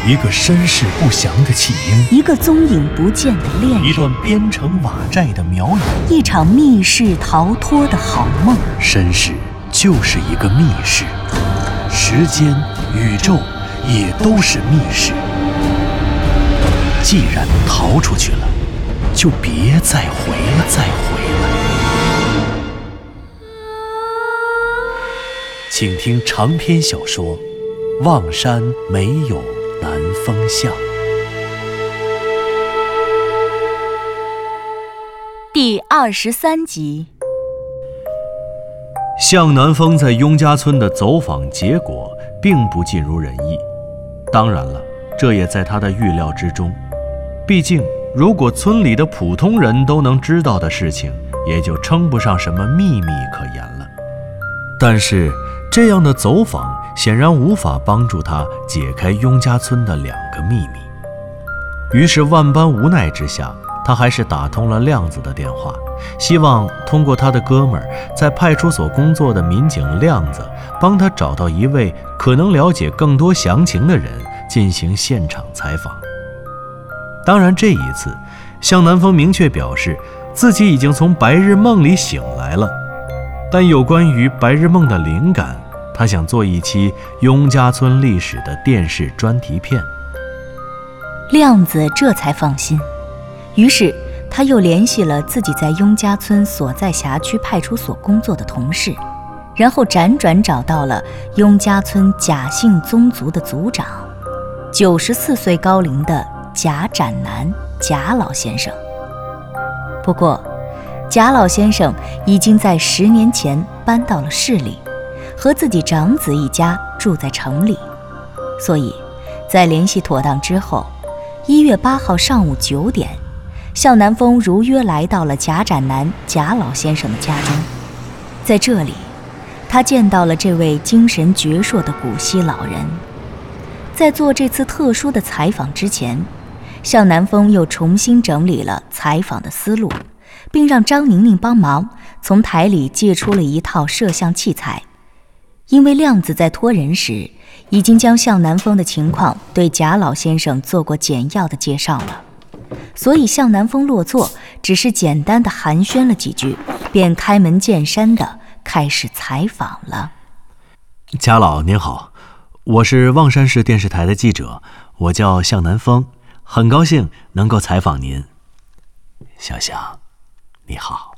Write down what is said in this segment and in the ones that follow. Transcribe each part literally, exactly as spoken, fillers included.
一个身世不详的弃婴， 一个踪影不见的恋人， 一段编成瓦寨的苗语， 一场密室逃脱的好梦。 身世就是一个密室，时间、宇宙也都是密室。既然逃出去了，就别再回来，再回来。请听长篇小说《望山没有南风向》 第二十三集。 向南风在雍家村的走访结果并不尽如人意，当然了，这也在他的预料之中。毕竟如果村里的普通人都能知道的事情，也就称不上什么秘密可言了。但是这样的走访显然无法帮助他解开雍家村的两个秘密。于是万般无奈之下，他还是打通了亮子的电话，希望通过他的哥们儿在派出所工作的民警亮子，帮他找到一位可能了解更多详情的人进行现场采访。当然这一次，向南风明确表示自己已经从白日梦里醒来了，但有关于白日梦的灵感，他想做一期雍家村历史的电视专题片。 亮子这才放心，于是他又联系了自己在雍家村所在辖区派出所工作的同事，然后辗转找到了雍家村贾姓宗族的族长，九十四岁高龄的贾展南贾老先生。不过贾老先生已经在十年前搬到了市里，和自己长子一家住在城里，所以在联系妥当之后，一月八号上午九点，向南风如约来到了贾展南贾老先生的家中。在这里，他见到了这位精神矍铄的古稀老人。在做这次特殊的采访之前，向南风又重新整理了采访的思路，并让张宁宁帮忙从台里借出了一套摄像器材。因为亮子在托人时已经将向南风的情况对贾老先生做过简要的介绍了，所以向南风落座只是简单的寒暄了几句，便开门见山的开始采访了。 贾老您好，我是望山市电视台的记者，我叫向南风，很高兴能够采访您。 小向你好。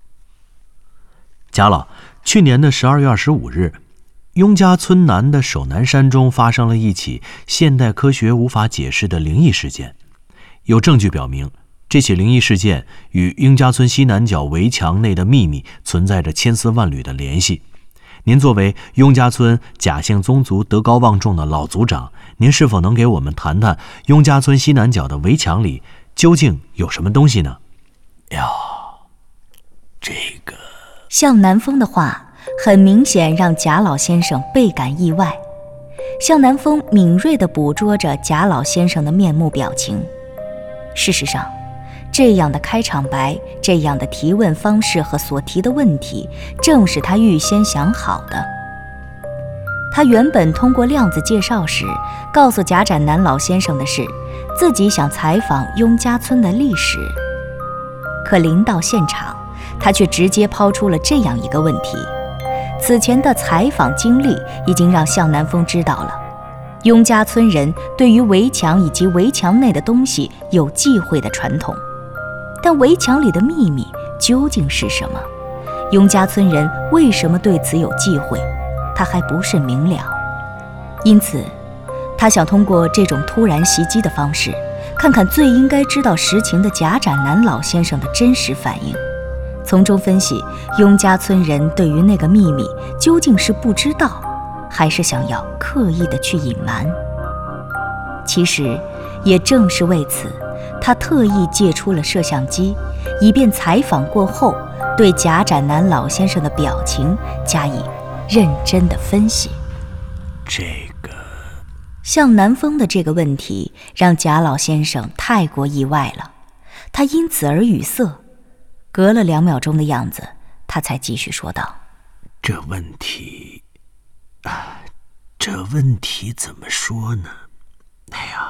贾老，去年的十二月二十五日，雍家村南的守南山中发生了一起现代科学无法解释的灵异事件。有证据表明，这起灵异事件与雍家村西南角围墙内的秘密存在着千丝万缕的联系。您作为雍家村贾姓宗族德高望重的老族长，您是否能给我们谈谈雍家村西南角的围墙里究竟有什么东西呢？ 哟，这个…… 向南风的话很明显让贾老先生倍感意外。向南风敏锐地捕捉着贾老先生的面目表情。事实上，这样的开场白，这样的提问方式和所提的问题，正是他预先想好的。他原本通过亮子介绍时告诉贾展南老先生的是自己想采访雍家村的历史，可临到现场，他却直接抛出了这样一个问题。此前的采访经历已经让向南风知道了，雍家村人对于围墙以及围墙内的东西有忌讳的传统，但围墙里的秘密究竟是什么？雍家村人为什么对此有忌讳？他还不甚明了。因此，他想通过这种突然袭击的方式，看看最应该知道实情的贾展南老先生的真实反应，从中分析雍家村人对于那个秘密究竟是不知道，还是想要刻意的去隐瞒。其实也正是为此，他特意借出了摄像机，以便采访过后对贾展南老先生的表情加以认真的分析。 这个…… 向南风的这个问题让贾老先生太过意外了，他因此而语塞。隔了两秒钟的样子，他才继续说道： 这问题……啊，这问题怎么说呢？哎呀，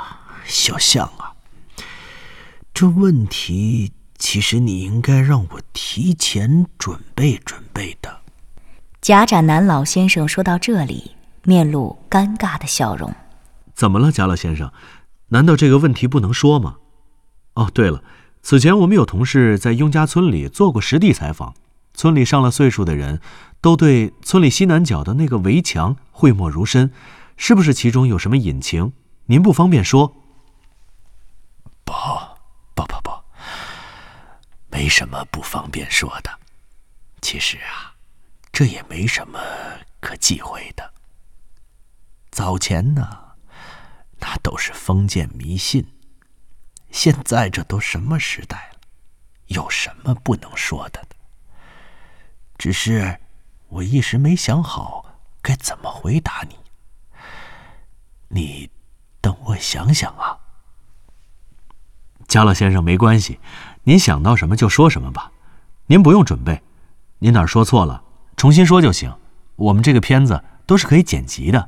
小象啊，这问题其实你应该让我提前准备准备的。 贾展南老先生说到这里，面露尴尬的笑容。 怎么了，贾老先生？难道这个问题不能说吗？哦，对了，此前我们有同事在雍家村里做过实地采访，村里上了岁数的人都对村里西南角的那个围墙讳莫如深，是不是其中有什么隐情？您不方便说？ 不不不不，没什么不方便说的。其实啊，这也没什么可忌讳的。早前呢，那都是封建迷信，现在这都什么时代了，有什么不能说的呢？只是我一时没想好该怎么回答你，你等我想想啊。 贾老先生，没关系，您想到什么就说什么吧，您不用准备，您哪儿说错了重新说就行，我们这个片子都是可以剪辑的。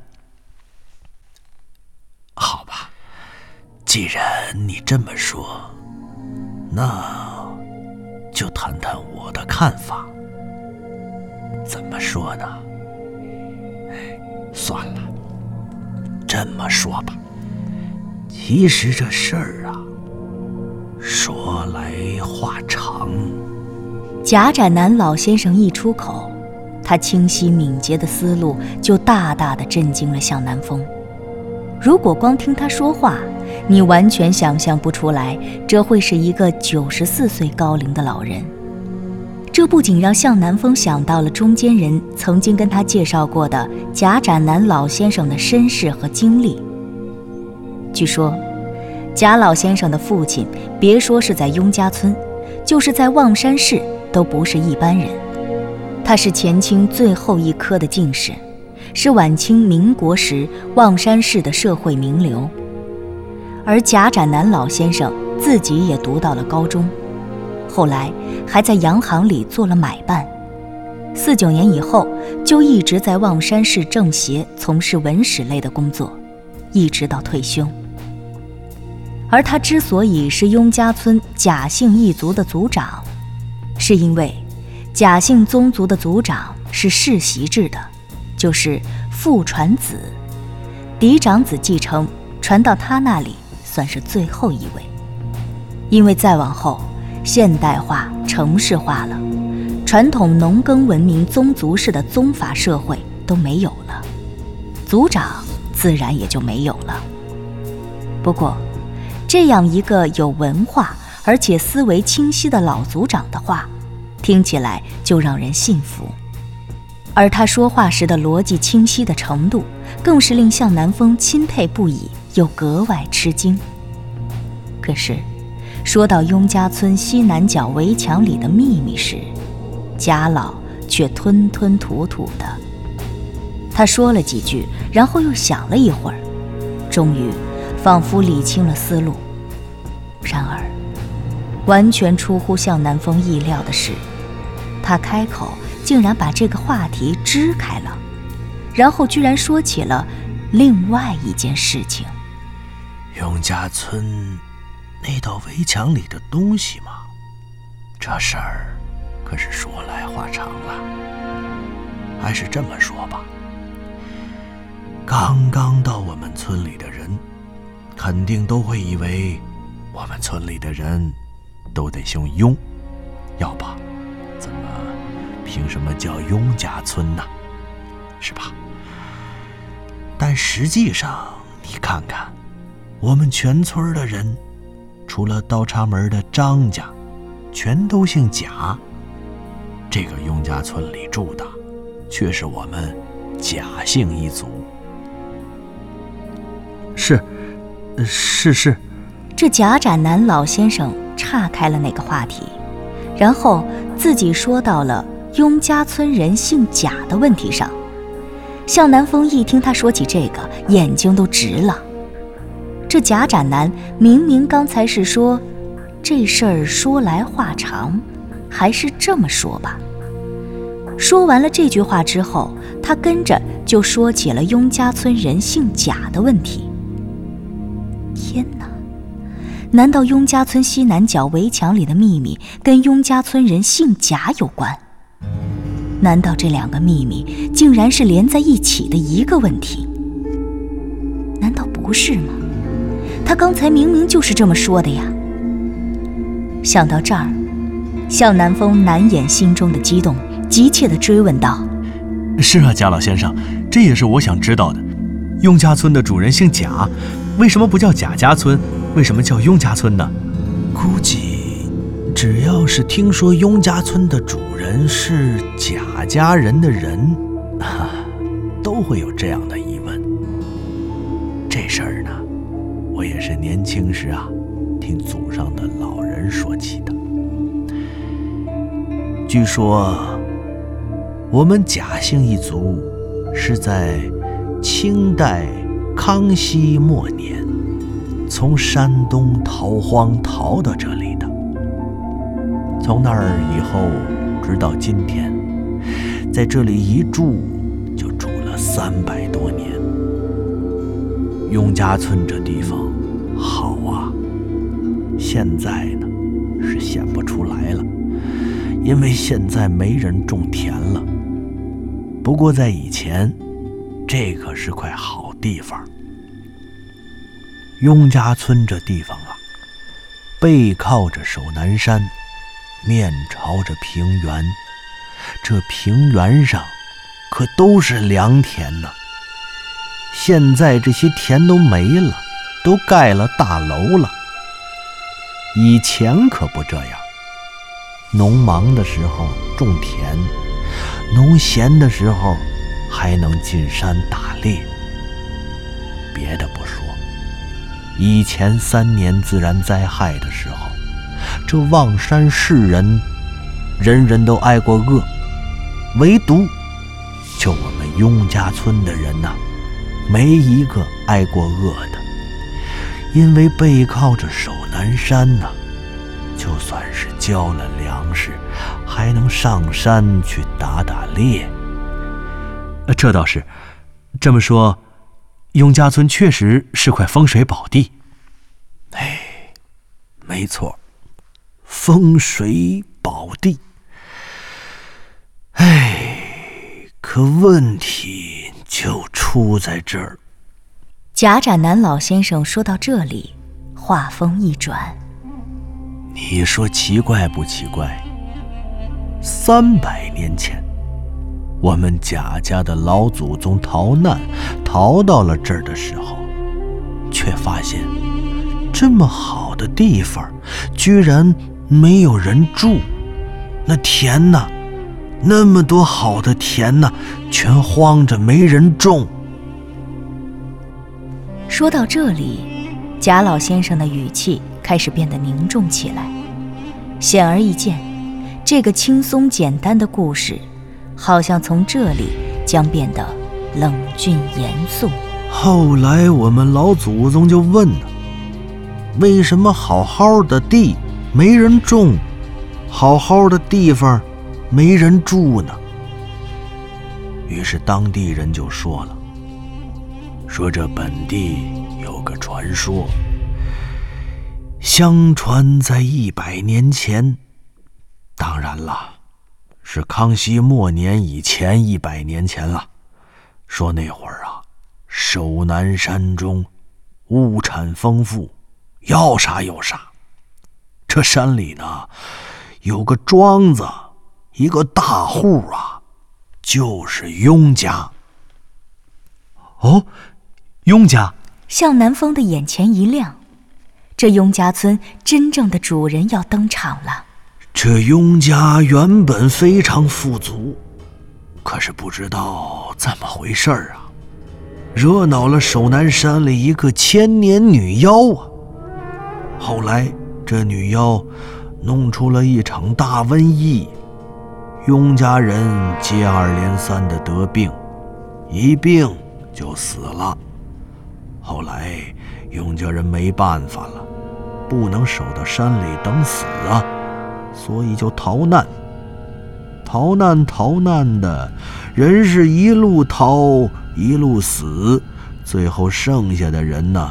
好吧，既然你这么说，那就谈谈我的看法。怎么说呢？哎，算了，这么说吧，其实这事儿啊，说来话长。 贾展南老先生一出口，他清晰敏捷的思路就大大的震惊了向南风。如果光听他说话，你完全想象不出来这会是一个九十四岁高龄的老人。这不仅让向南风想到了中间人曾经跟他介绍过的贾展南老先生的身世和经历。据说贾老先生的父亲别说是在雍家村，就是在望山市都不是一般人。他是前清最后一科的进士，是晚清民国时望山市的社会名流。而贾展南老先生自己也读到了高中，后来还在洋行里做了买办。四九年以后就一直在望山市政协从事文史类的工作，一直到退休。而他之所以是雍家村贾姓一族的族长，是因为贾姓宗族的族长是世袭制的，就是父传子，嫡长子继承，传到他那里算是最后一位。因为再往后现代化城市化了，传统农耕文明宗族式的宗法社会都没有了，族长自然也就没有了。不过这样一个有文化而且思维清晰的老族长的话，听起来就让人信服。而他说话时的逻辑清晰的程度，更是令向南风钦佩不已，又格外吃惊。可是说到雍家村西南角围墙里的秘密时，贾老却吞吞吐吐的。他说了几句，然后又想了一会儿，终于仿佛理清了思路。然而完全出乎向南风意料的是，他开口竟然把这个话题支开了，然后居然说起了另外一件事情。 雍家村那道围墙里的东西嘛，这事儿可是说来话长了。还是这么说吧，刚刚到我们村里的人肯定都会以为我们村里的人都得姓雍，要不怎么凭什么叫雍家村呢？是吧？但实际上你看看，我们全村的人除了倒插门的张家，全都姓贾。这个雍家村里住的却是我们贾姓一族。 是是是。 这贾展南老先生岔开了那个话题，然后自己说到了雍家村人姓贾的问题上。向南风一听他说起这个，眼睛都直了。这贾展南明明刚才是说这事儿说来话长，还是这么说吧。说完了这句话之后，他跟着就说起了雍家村人姓贾的问题。天哪！ 难道雍家村西南角围墙里的秘密跟雍家村人姓贾有关？难道这两个秘密竟然是连在一起的一个问题？难道不是吗？他刚才明明就是这么说的呀。想到这儿，向南风难掩心中的激动，急切地追问道： 是啊，贾老先生，这也是我想知道的。雍家村的主人姓贾，为什么不叫贾家村，为什么叫雍家村呢？ 估计只要是听说雍家村的主人是贾家人的人，啊，都会有这样的疑问。这事儿呢，我也是年轻时啊，听祖上的老人说起的。据说我们贾姓一族是在清代康熙末年从山东逃荒逃到这里的，从那儿以后直到今天，在这里一住就住了三百多年。雍家村这地方好啊，现在呢是显不出来了，因为现在没人种田了。不过在以前，这可是块好地方。雍家村这地方啊，背靠着守南山，面朝着平原，这平原上可都是良田呢。现在这些田都没了，都盖了大楼了。以前可不这样，农忙的时候种田，农闲的时候还能进山打猎。别的不说，以前三年自然灾害的时候，这望山市人人人都挨过饿，唯独就我们雍家村的人呐、啊，没一个挨过饿的。因为背靠着守南山呐、啊，就算是交了粮食，还能上山去打打猎。 这倒是，这么说，雍家村确实是块风水宝地。 哎，没错，风水宝地。哎，可问题就出在这儿。 贾展南老先生说到这里，话锋一转： 你说奇怪不奇怪？三百年前，我们贾家的老祖宗逃难，逃到了这儿的时候，却发现这么好的地方，居然没有人住。那田呢？那么多好的田呢，全荒着没人种。 说到这里，贾老先生的语气开始变得凝重起来。显而易见，这个轻松简单的故事好像从这里将变得冷峻严肃。 后来我们老祖宗就问了，为什么好好的地没人种，好好的地方没人住呢？于是当地人就说了，说这本地有个传说，相传在一百年前，当然了，是康熙末年以前一百年前了。说那会儿啊，守南山中物产丰富，要啥有啥。这山里呢，有个庄子，一个大户啊，就是雍家。 哦，雍家。 向南风的眼前一亮，这雍家村真正的主人要登场了。 这雍家原本非常富足，可是不知道怎么回事啊，惹恼了守南山里一个千年女妖啊。后来这女妖弄出了一场大瘟疫，雍家人接二连三的得病，一病就死了。后来雍家人没办法了，不能守到山里等死啊，所以就逃难。逃难逃难的人是一路逃一路死，最后剩下的人呢，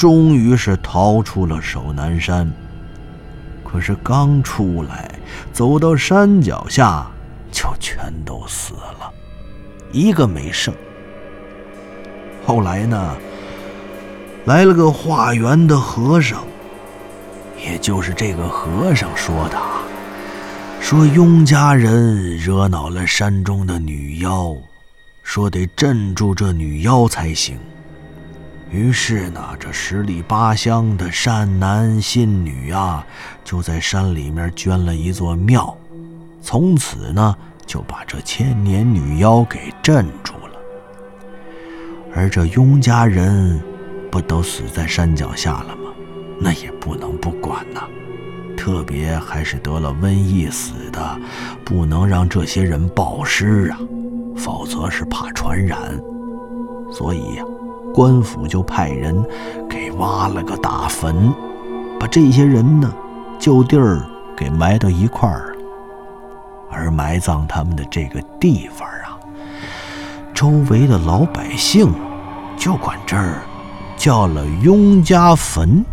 终于是逃出了守南山。可是刚出来，走到山脚下，就全都死了，一个没剩。后来呢，来了个化缘的和尚，也就是这个和尚说的，说雍家人惹恼了山中的女妖，说得镇住这女妖才行。于是呢，这十里八乡的善男信女啊，就在山里面捐了一座庙，从此呢，就把这千年女妖给镇住了。而这雍家人不都死在山脚下了吗？那也不能不管呐，特别还是得了瘟疫死的，不能让这些人暴尸啊，否则是怕传染。所以呀、啊，官府就派人给挖了个大坟，把这些人呢就地儿给埋到一块儿了。而埋葬他们的这个地方啊，周围的老百姓就管这儿叫了雍家坟。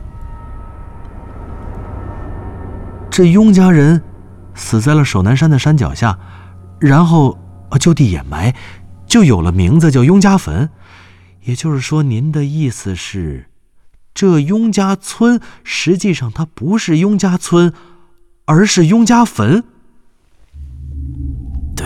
这雍家人死在了守南山的山脚下，然后就地掩埋，就有了名字叫雍家坟。也就是说，您的意思是，这雍家村实际上它不是雍家村，而是雍家坟？ 对，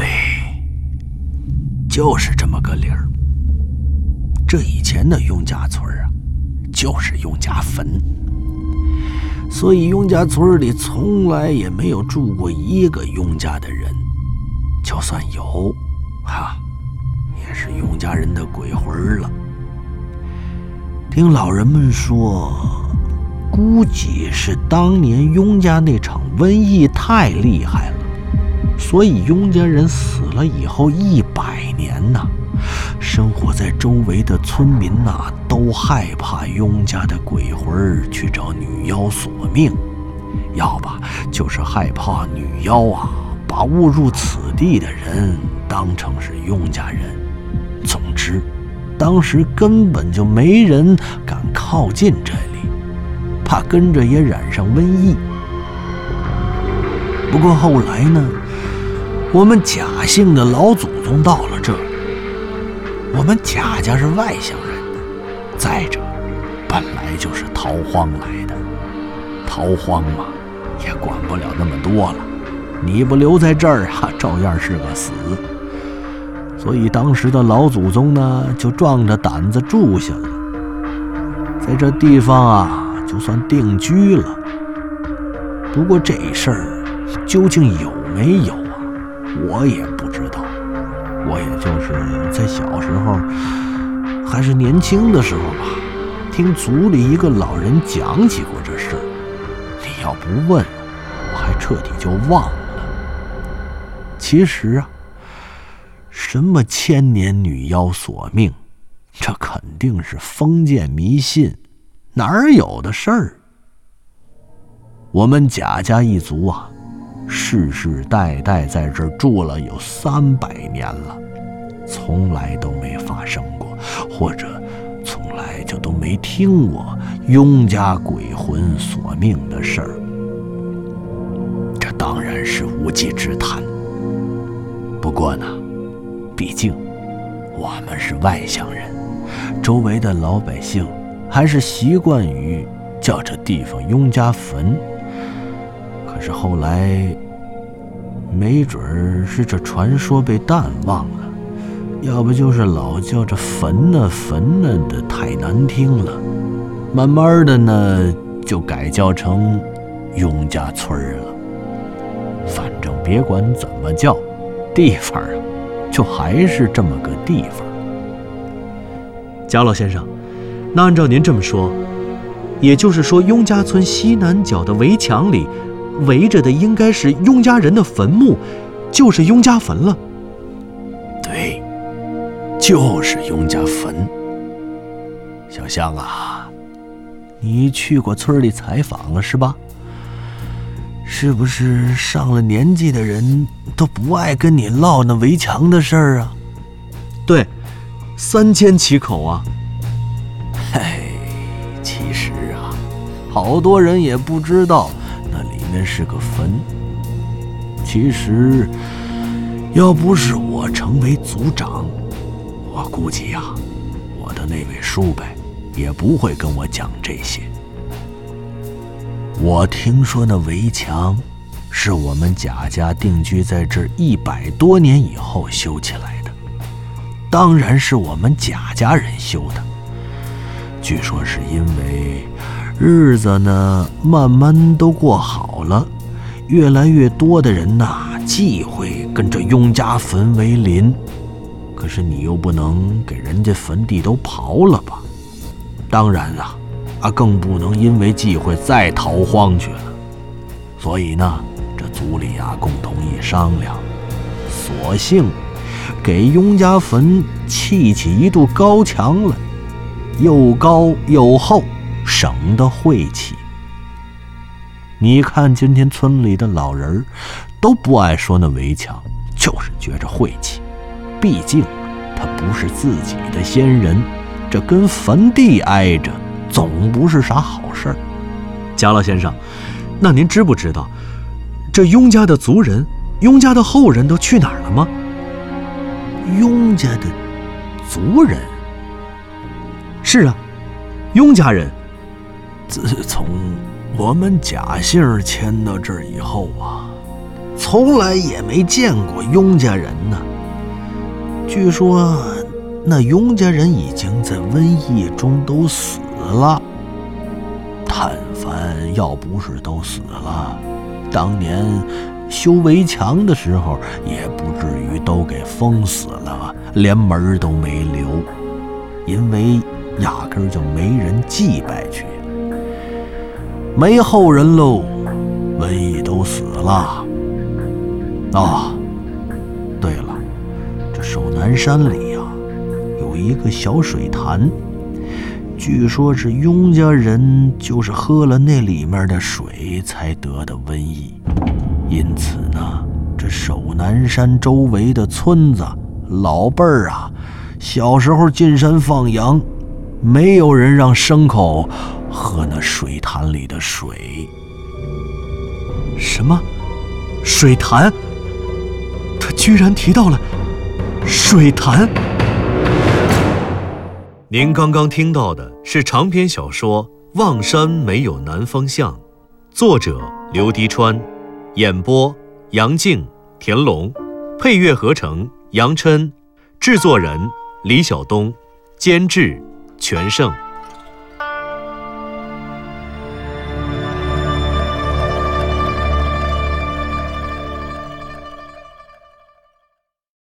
就是这么个理儿。这以前的雍家村啊，就是雍家坟，所以雍家村里从来也没有住过一个雍家的人，就算有，哈，也是雍家人的鬼魂了。听老人们说，估计是当年雍家那场瘟疫太厉害了，所以雍家人死了以后一百年呐，生活在周围的村民呐，都害怕雍家的鬼魂去找女妖索命，要吧就是害怕女妖啊把误入此地的人当成是雍家人。总之，当时根本就没人敢靠近这里，怕跟着也染上瘟疫。不过后来呢，我们贾姓的老祖宗到了这儿，我们贾家是外乡人，再者本来就是逃荒来的，逃荒嘛也管不了那么多了，你不留在这儿啊，照样是个死。所以当时的老祖宗呢，就壮着胆子住下了，在这地方啊，就算定居了。不过这事儿究竟有没有啊，我也不知道。我也就是在小时候，还是年轻的时候吧，听族里一个老人讲起过这事儿。你要不问，我还彻底就忘了。其实啊，什么千年女妖索命，这肯定是封建迷信，哪儿有的事儿？我们贾家一族啊，世世代代在这儿住了有三百年了，从来都没发生过，或者从来就都没听过雍家鬼魂索命的事儿。这当然是无稽之谈。不过呢，毕竟我们是外乡人，周围的老百姓还是习惯于叫这地方雍家坟。可是后来没准是这传说被淡忘了，要不就是老叫这坟呢坟呢的太难听了，慢慢的呢就改叫成雍家村了。反正别管怎么叫，地方啊就还是这么个地方。 贾老先生，那按照您这么说，也就是说雍家村西南角的围墙里围着的应该是雍家人的坟墓，就是雍家坟了。 对，就是雍家坟。小香啊，你去过村里采访了是吧？是不是上了年纪的人都不爱跟你唠那围墙的事儿啊？ 对，三缄其口啊。 嘿，其实啊，好多人也不知道那里面是个坟。其实，要不是我成为族长，我估计呀、啊，我的那位叔伯也不会跟我讲这些。我听说那围墙是我们贾家定居在这儿一百多年以后修起来的，当然是我们贾家人修的。据说是因为日子呢慢慢都过好了，越来越多的人呐忌讳跟着雍家坟为邻，可是你又不能给人家坟地都刨了吧？当然啊，啊更不能因为忌讳再逃荒去了。所以呢，这族里啊共同一商量，索性给雍家坟砌起一堵高墙来，又高又厚，省得晦气。你看今天村里的老人都不爱说那围墙，就是觉着晦气。毕竟他不是自己的先人，这跟坟地挨着，总不是啥好事儿。 贾老先生，那您知不知道这雍家的族人、雍家的后人都去哪儿了吗？ 雍家的族人？ 是啊，雍家人。 自从我们贾姓迁到这儿以后啊，从来也没见过雍家人呢。据说那雍家人已经在瘟疫中都死了。但凡要不是都死了，当年修围墙的时候也不至于都给封死了，连门都没留，因为压根儿就没人祭拜去，没后人喽，瘟疫都死了。哦，对了，这守南山里啊有一个小水潭，据说是雍家人就是喝了那里面的水才得的瘟疫。因此呢，这守南山周围的村子老辈儿啊，小时候进山放羊，没有人让牲口喝那水潭里的水。 什么？水潭？他居然提到了水潭！您刚刚听到的是长篇小说《望山没有南方向》，作者刘迪川，演播杨静、田龙，配乐合成杨琛，制作人李晓东，监制全胜。